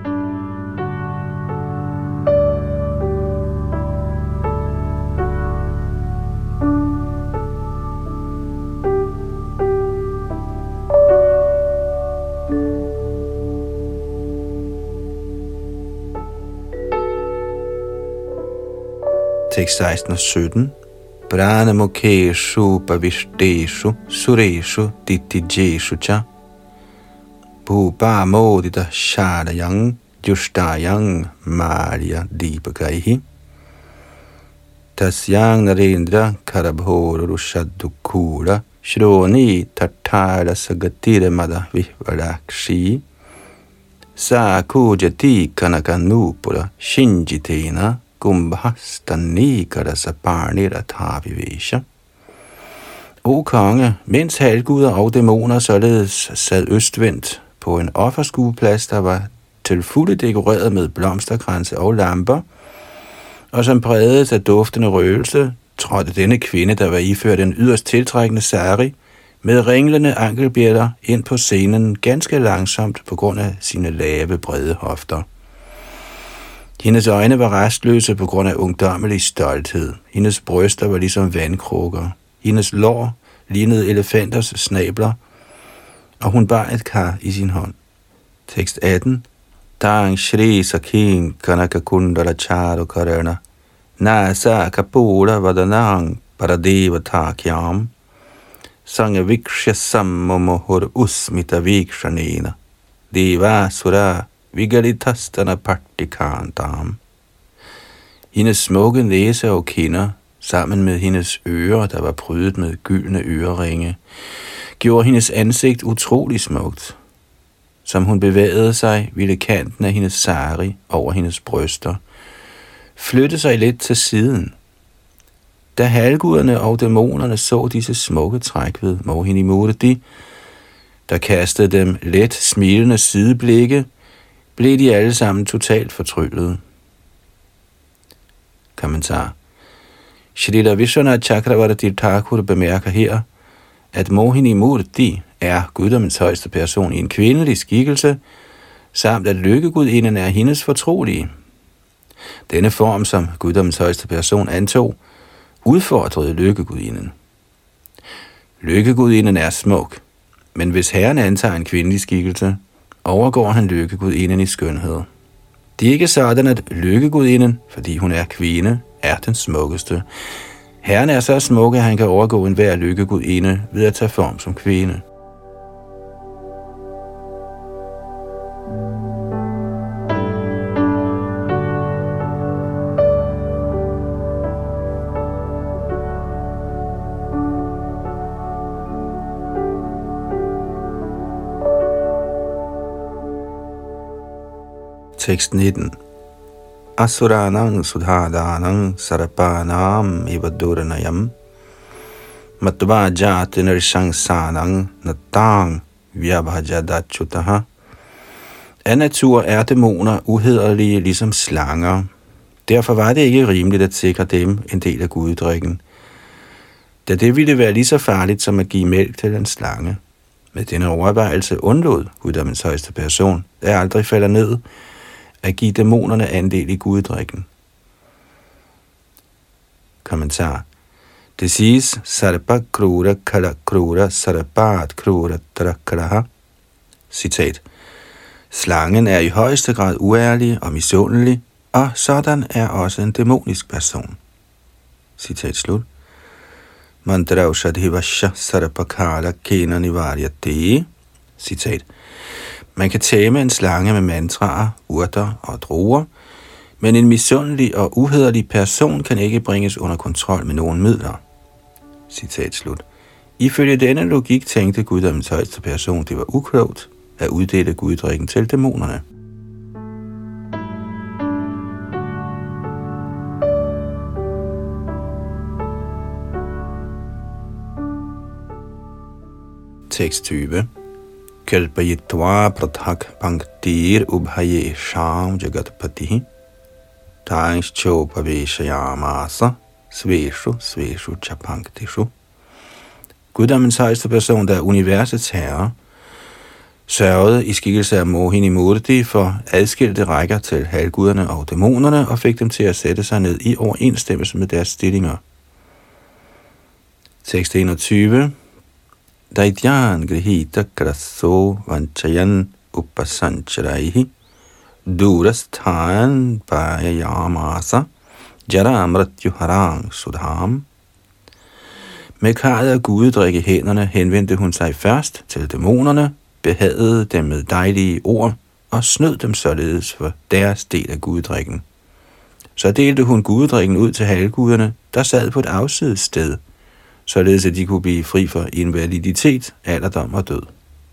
Tekst seksten og sytten. Pranamukeshu pavishteshu sureshu ditijeshu cha bhupamodita shadayang jushtayang marya dipakaihi tasyang narendra karabhorushadukura shroni tatara sagatira mada vihvarakshi sakujati kanakanupura shinjitena Kumbhastanikarasaparniratabhivesha. O konge, mens halvguder og dæmoner således sad østvendt på en offerskueplads, der var til fulde dekoreret med blomsterkranse og lamper, og som prægedes af duftende røgelse, trådte denne kvinde, der var iført en yderst tiltrækkende sari, med ringlende ankelbjælder ind på scenen ganske langsomt på grund af sine lave, brede hofter. Hendes øjne var restløse på grund af ungdommelig stolthed. Hendes bryster var ligesom vandkrukker. Hendes lår lignede elefanters snabler, og hun bar et kar i sin hånd. Tekst atten. Tang Shri Sakin Kanakakundala Charu Karana Nasa Kapura Vadanang Paradeva Takyam Sanga Vikshya Sammomohur Usmita Vikshanena Deva Sura Vigalitastana Partikantam. Hendes smukke næse og kinder, sammen med hendes ører, der var prydet med gyldne øreringe, gjorde hendes ansigt utrolig smukt. Som hun bevægede sig, ville kanten af hendes sari over hendes bryster flytte sig lidt til siden. Da halvguderne og dæmonerne så disse smukke træk ved Mohini Murti, der kastede dem let smilende sideblikke, blev de alle sammen totalt fortryllede. Kommentar. Shrila Vishwanath Chakravarti Thakur bemærker her, at Mohini Murti er guddommens højeste person i en kvindelig skikkelse, samt at lykkegudinden er hendes fortrolige. Denne form, som guddommens højeste person antog, udfordrede lykkegudinden. Lykkegudinden er smuk, men hvis herren antager en kvindelig skikkelse, overgår han lykkegudinden i skønhed. Det er ikke sådan, at lykkegudinden, fordi hun er kvinde, er den smukkeste. Herren er så smuk, at han kan overgå enhver lykkegudinde ved at tage form som kvinde. Tekst nitten. Asuranang sudhadanang sarapanam ivaduranayam matva jati nirshangsanang natang vyabhajadachutaha. Af natur er dæmoner uhæderlige ligesom slanger. Derfor var det ikke rimeligt at sikre dem en del af guddrikken, da det ville være lige så farligt som at give mælk til en slange. Med denne overvejelse undlod guddommens højeste person, der aldrig falder ned, at give dæmonerne andel i guddrikken. Kommentar. Det siges, sarpa krura kala krura sarpat krura drakaraha. Citat. Slangen er i højeste grad uærlig og misundelig, og sådan er også en dæmonisk person. Citat slut. Mandraushadhivasha sarapakala kena nivaryate. Citat. Man kan tæmme en slange med mantraer, urter og druer, men en misundelig og uhæderlig person kan ikke bringes under kontrol med nogen midler. Citat slut. Ifølge denne logik tænkte guddommens højeste person, det var uklogt at uddele guddrikken til dæmonerne. Tekst tyve. Kalpayitva prathak panktir ubhaye sham jagatpatihi taishcho paveshayamasa sveshu sveshu chapanktishu. Guddommens højeste person, der er universets herre, sørgede i skikkelse af Mohini Murti for adskilte rækker til halvguderne og dæmonerne og fik dem til at sætte sig ned i overensstemmelse med deres stillinger. Tekst enogtyve. Daityan grihita kraso vanchayan upasancharaihi durasthan payayamasa jaramratyu harang sudham. Med karret af guddrik i hænderne henvendte hun sig først til dæmonerne, behagede dem med dejlige ord og snød dem således for deres del af guddrikken. Så delte hun guddrikken ud til halvguderne, der sad på et afsides sted, således at de kunne blive fri for invaliditet, alderdom og død.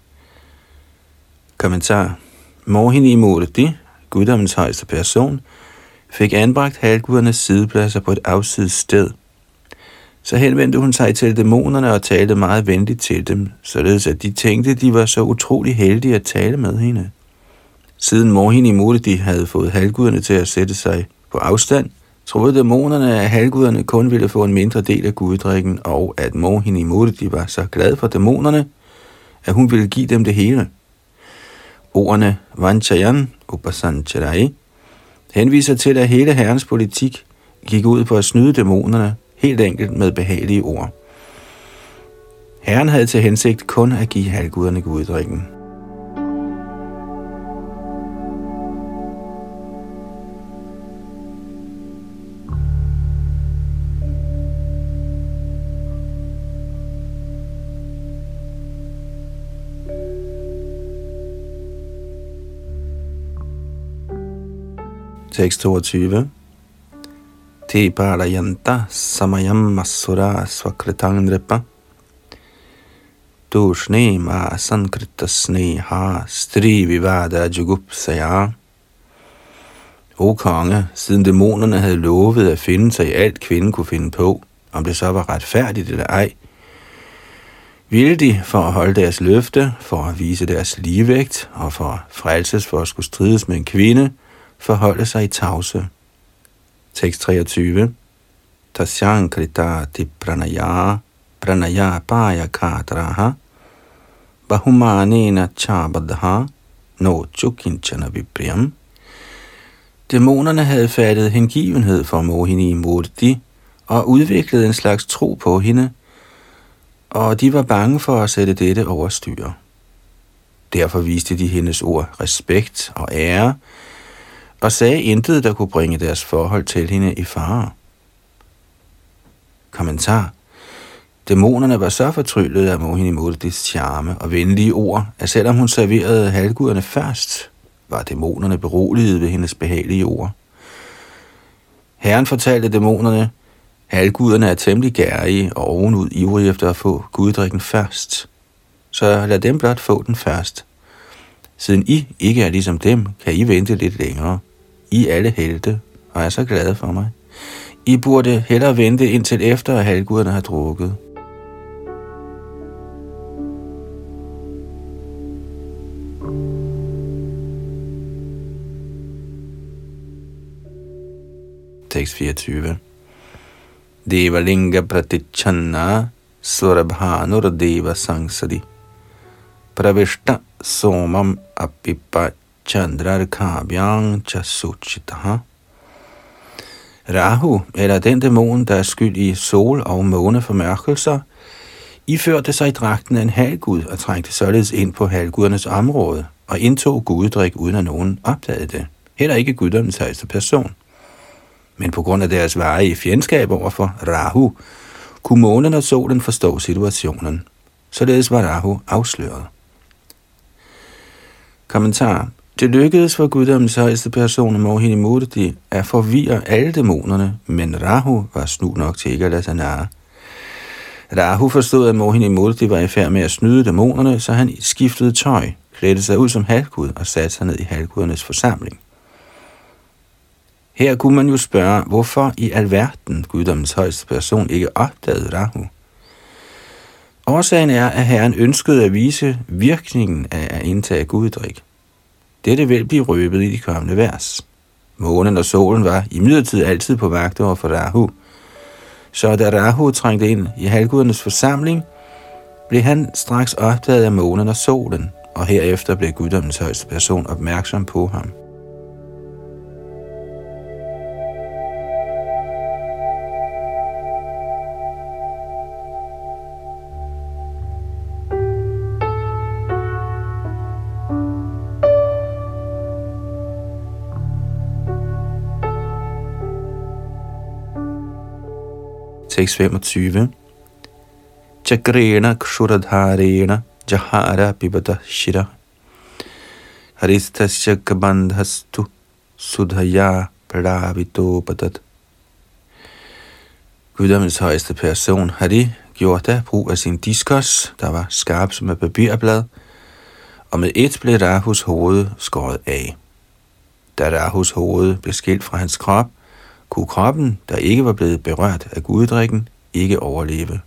Kommentar. Mohini Murti, guddommens højeste person, fik anbragt halvgudernes sidepladser på et afsides sted. Så henvendte hun sig til dæmonerne og talte meget venligt til dem, således at de tænkte, at de var så utrolig heldige at tale med hende. Siden Mohini Murti havde fået halvguderne til at sætte sig på afstand, troede dæmonerne, at halvguderne kun ville få en mindre del af guddrikken, og at Mohini Murti var så glad for dæmonerne, at hun ville give dem det hele. Ordene Vanchayan Upasancharai henviser til, at hele herrens politik gik ud på at snyde dæmonerne, helt enkelt med behagelige ord. Herren havde til hensigt kun at give halvguderne guddrikken. Tekst toogtyve. Te parayanta samayam masura svakritangripa dushne ma sankritasne ha stri vivada jugupsaya. O konge, siden dæmonerne havde lovet at finde sig i alt kvinden kunne finde på, om det så var retfærdigt eller ej, ville de for at holde deres løfte, for at vise deres ligevægt og for at frelses for at skulle strides med en kvinde, forholde sig i tavse. Tekst treogtyve. Tasyankrita ti pranaya pranaya paya kadraha bahumanena chabadha no chukinchana vipriyam. Dæmonerne havde fattet hengivenhed for Mohini Murti og udviklet en slags tro på hende, og de var bange for at sætte dette over styr. Derfor viste de hendes ord respekt og ære, og sagde intet, der kunne bringe deres forhold til hende i fare. Kommentar. Dæmonerne var så fortryllet af Mohini Murtis charme og venlige ord, at selvom hun serverede halvguderne først, var dæmonerne beroliget ved hendes behagelige ord. Herren fortalte dæmonerne, halvguderne er temmelig gærige og ovenud ivrige efter at få guddrikken først. Så lad dem blot få den først. Siden I ikke er ligesom dem, kan I vente lidt længere. I alle helte, og er så glade for mig. I burde hellere vente indtil efter, at halvguderne har drukket. Tekst fireogtyve. Devalinga pratichanna surabhanur deva sangsadi pravishta somam apipa chandrar kabhyang chasuchitaha. Rahu, eller den dæmon, der er skyld i sol- og måneformørkelser, iførte sig i dragten af en halvgud og trængte således ind på halvgudernes område og indtog gudedrik, uden at nogen opdagede det. Heller ikke gudernes højeste person. Men på grund af deres varige fjendskab overfor Rahu, kunne månen og solen forstå situationen. Således var Rahu afsløret. Kommentar. Det lykkedes for guddommens højeste person, Mohini Murti, at forvirre alle dæmonerne, men Rahu var snu nok til ikke at lade sig narre. Rahu forstod, at Mohini Murti var i færd med at snyde dæmonerne, så han skiftede tøj, klædte sig ud som halvgud og satte sig ned i halvgudernes forsamling. Her kunne man jo spørge, hvorfor i alverden guddommens højeste person ikke opdagede Rahu. Årsagen er, at Herren ønskede at vise virkningen af at indtage gudedrik. Dette vil blive røbet i de kommende vers. Månen og solen var imidlertid altid på vagt over for Rahu. Så da Rahu trængte ind i halvgudernes forsamling, blev han straks opdaget af månen og solen, og herefter blev guddommens højeste person opmærksom på ham. Tekst femogtyve. Chakrena kshuradharena jahara pibata shira haristasya kabandhastu sudhaya pradavitopatat. Guddommens højeste person Hari gjorde da brug af sin diskos, der var skarp som et papirblad, og med et blev Rahus hoved skåret af. Da Rahus hoved blev skilt fra hans krop, kunne kroppen, der ikke var blevet berørt af guddrikken, ikke overleve.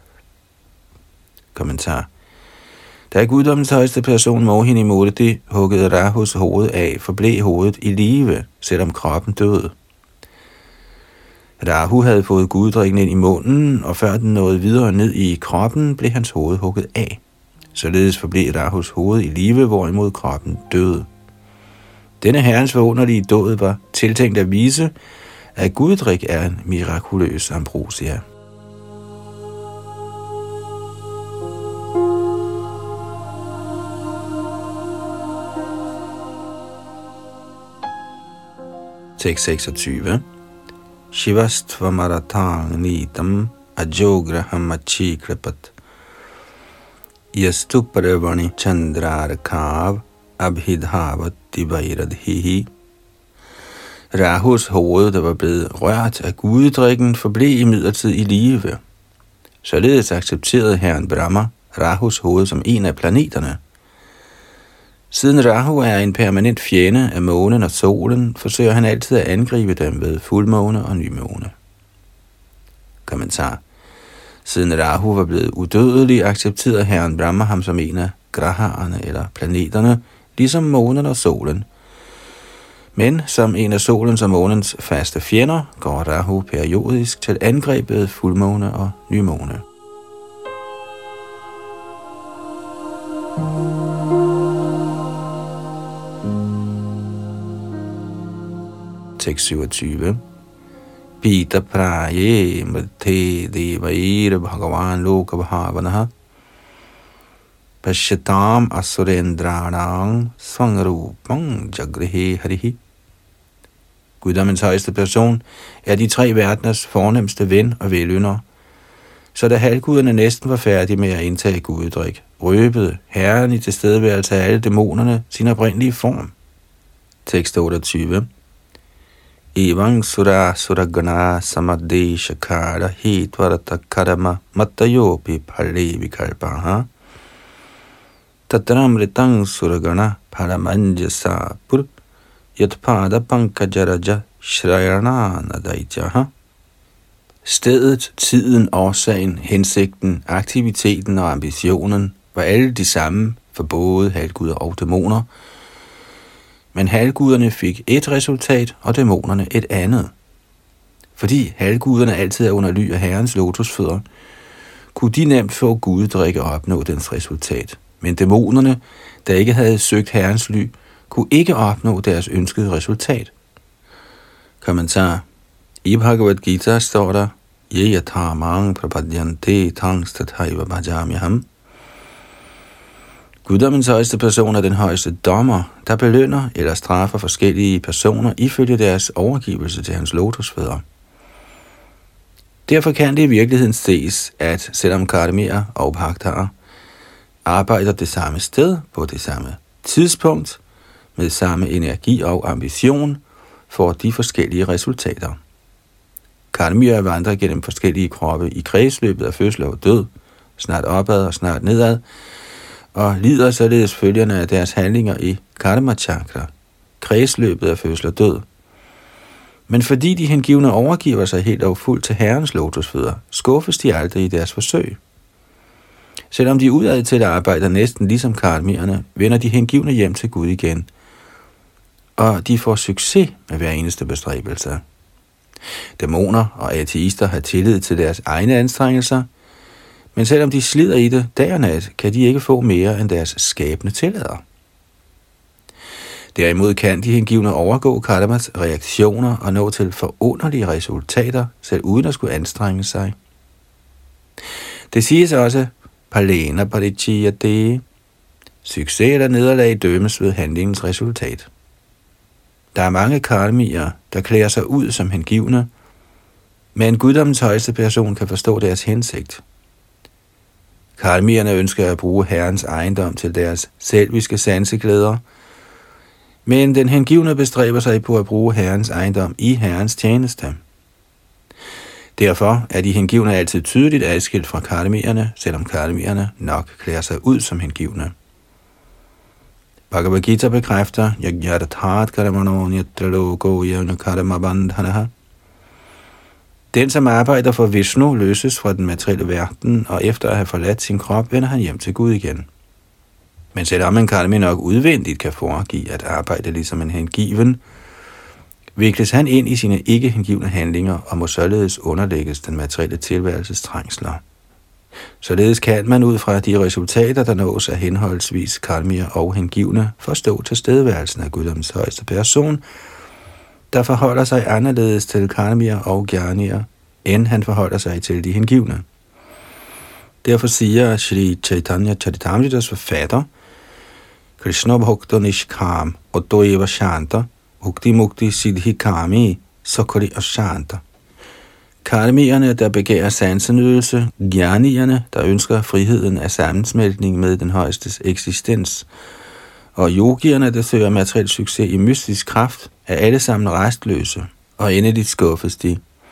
Kommentar. Da guddommens højeste person Mohini Murti huggede Rahus hoved af, forblev hovedet i live, selvom kroppen døde. Rahu havde fået guddrikken ind i munden, og før den nåede videre ned i kroppen, blev hans hoved hugget af. Således forblev Rahus hoved i live, hvorimod kroppen døde. Denne herrens forunderlige dåd var tiltænkt at vise, at guddrik er en mirakuløs ambrosia. Tekst seksogtyve. Shivastva maratang nitam ajograham achikripat yastu parvani chandrarkav abhidhavati vairadhihi. Rahus hoved, der var blevet rørt af guddrikken, forblev imidlertid i live. Således accepterede herren Brahma Rahus hoved som en af planeterne. Siden Rahu er en permanent fjende af månen og solen, forsøger han altid at angribe dem ved fuldmåne og nymåne. Kommentar. Siden Rahu var blevet udødelig, accepterede herren Brahma ham som en af grahaerne eller planeterne, ligesom månen og solen. Men som en af solens og månens faste fjender, går Rahu periodisk til angreb ved fuldmåne og nymåne. Tekst syvogtyve. Pita praye mrte devair bhagavan loka bhavanaha Pashyatam asurendranang svangrupang jagrihe harihi. Guddommens højeste person er de tre verdeners fornemste ven og velynder. Så da halvguderne næsten var færdige med at indtage guddrik, røbede herren i tilstedeværelse af alle dæmonerne sin oprindelige form. Tekst otteogtyve. Evang sura suragana samadesha kara hitvarata karama matayopi palevi kalpaha Tatramritang suragana paramanjasa pur yatpada pankajaraja shrayana daijaha. Stedet, tiden, årsagen, hensigten, aktiviteten og ambitionen var alle de samme for både halvguder og dæmoner, men halvguderne fik et resultat, og dæmonerne et andet. Fordi halvguderne altid er under ly af herrens lotusfødder, kunne de nemt få guddrikke og opnå dens resultat. Men dæmonerne, der ikke havde søgt herrens ly, kunne ikke opnå deres ønskede resultat. Kommentar. I Bhagavad Gita står der, Ye yatamang prapadyante tangstathaiva bhajamyaham. Guddommens højeste person er den højeste dommer, der belønner eller straffer forskellige personer ifølge deres overgivelse til hans lotusfødder. Derfor kan det i virkeligheden ses, at selvom Karmier og Bhaktaer arbejder det samme sted på det samme tidspunkt, med samme energi og ambition, får de forskellige resultater. Karmier vandrer gennem forskellige kroppe i kredsløbet af fødsel og død, snart opad og snart nedad, og lider således følgerne af deres handlinger i karma chakra, kredsløbet af fødsel og død. Men fordi de hengivne overgiver sig helt og fuldt til herrens lotusfødder, skuffes de aldrig i deres forsøg. Selvom de udad til at arbejde næsten ligesom karmierne, vender de hengivne hjem til Gud igen, og de får succes med hver eneste bestræbelse. Dæmoner og ateister har tillid til deres egne anstrengelser, men selvom de slider i det dag og nat, kan de ikke få mere end deres skabende tillader. Derimod kan de hengivne overgå karmas reaktioner og nå til forunderlige resultater, selv uden at skulle anstrenge sig. Det siges også, palena parichiyate, succes eller nederlag dømmes ved handlingens resultat. Der er mange karmier, der klæder sig ud som hengivne, men guddommens højeste person kan forstå deres hensigt. Karmierne ønsker at bruge herrens ejendom til deres selviske sanseglæder, men den hengivne bestræber sig på at bruge herrens ejendom i herrens tjeneste. Derfor er de hengivne altid tydeligt adskilt fra karmierne, selvom karmierne nok klæder sig ud som hengivne. Bhagavad Gita bekræfter, Yajnatahat karamano nyatralogo yavnakarmabandhanaha. Den, som arbejder for Vishnu, løses fra den materielle verden, og efter at have forladt sin krop, vender han hjem til Gud igen. Men selvom en karmi nok udvendigt kan foregive at arbejde ligesom en hengiven, vikles han ind i sine ikke-hengivne handlinger og må således underlægges den materielle tilværelses trængsler. Således kan man ud fra de resultater, der nås af henholdsvis karmier og hengivne, forstå tilstedeværelsen af guddommens højeste person, der forholder sig anderledes til karmier og gyanier, end han forholder sig til de hengivne. Derfor siger Shri Chaitanya Charitamritas forfatter, Krishna Bhakta Nishkam Oddoeva Shanta Bhukti Mukti Siddhi Kami Sakari Ashanta. Karmierne, der begærer sansenydelse, gyanierne, der ønsker friheden af sammensmeltning med den højestes eksistens, og yogierne, der søger materiel succes i mystisk kraft, er alle sammen restløse, og endeligt skuffes de.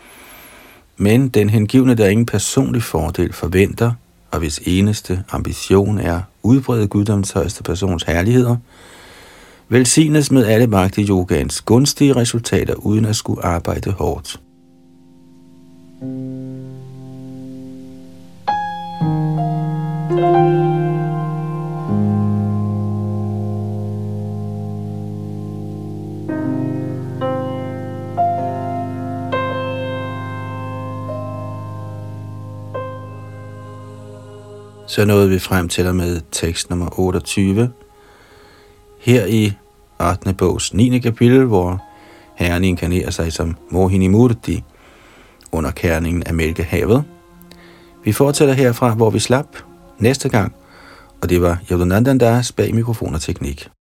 Men den hengivne, der ingen personlig fordel forventer, og hvis eneste ambition er udbrede guddoms højeste persons herligheder, velsignes med alle bhakti yogans gunstige resultater, uden at skulle arbejde hårdt. Så nåede vi frem til og med tekst nummer otteogtyve. Her i ottende bogs niende kapitel, hvor herren inkarnerer sig som Mohini Murti under kærningen af Mælkehavet. Vi fortsætter herfra, hvor vi slap næste gang, og det var Yadunandandas bag mikrofon og teknik.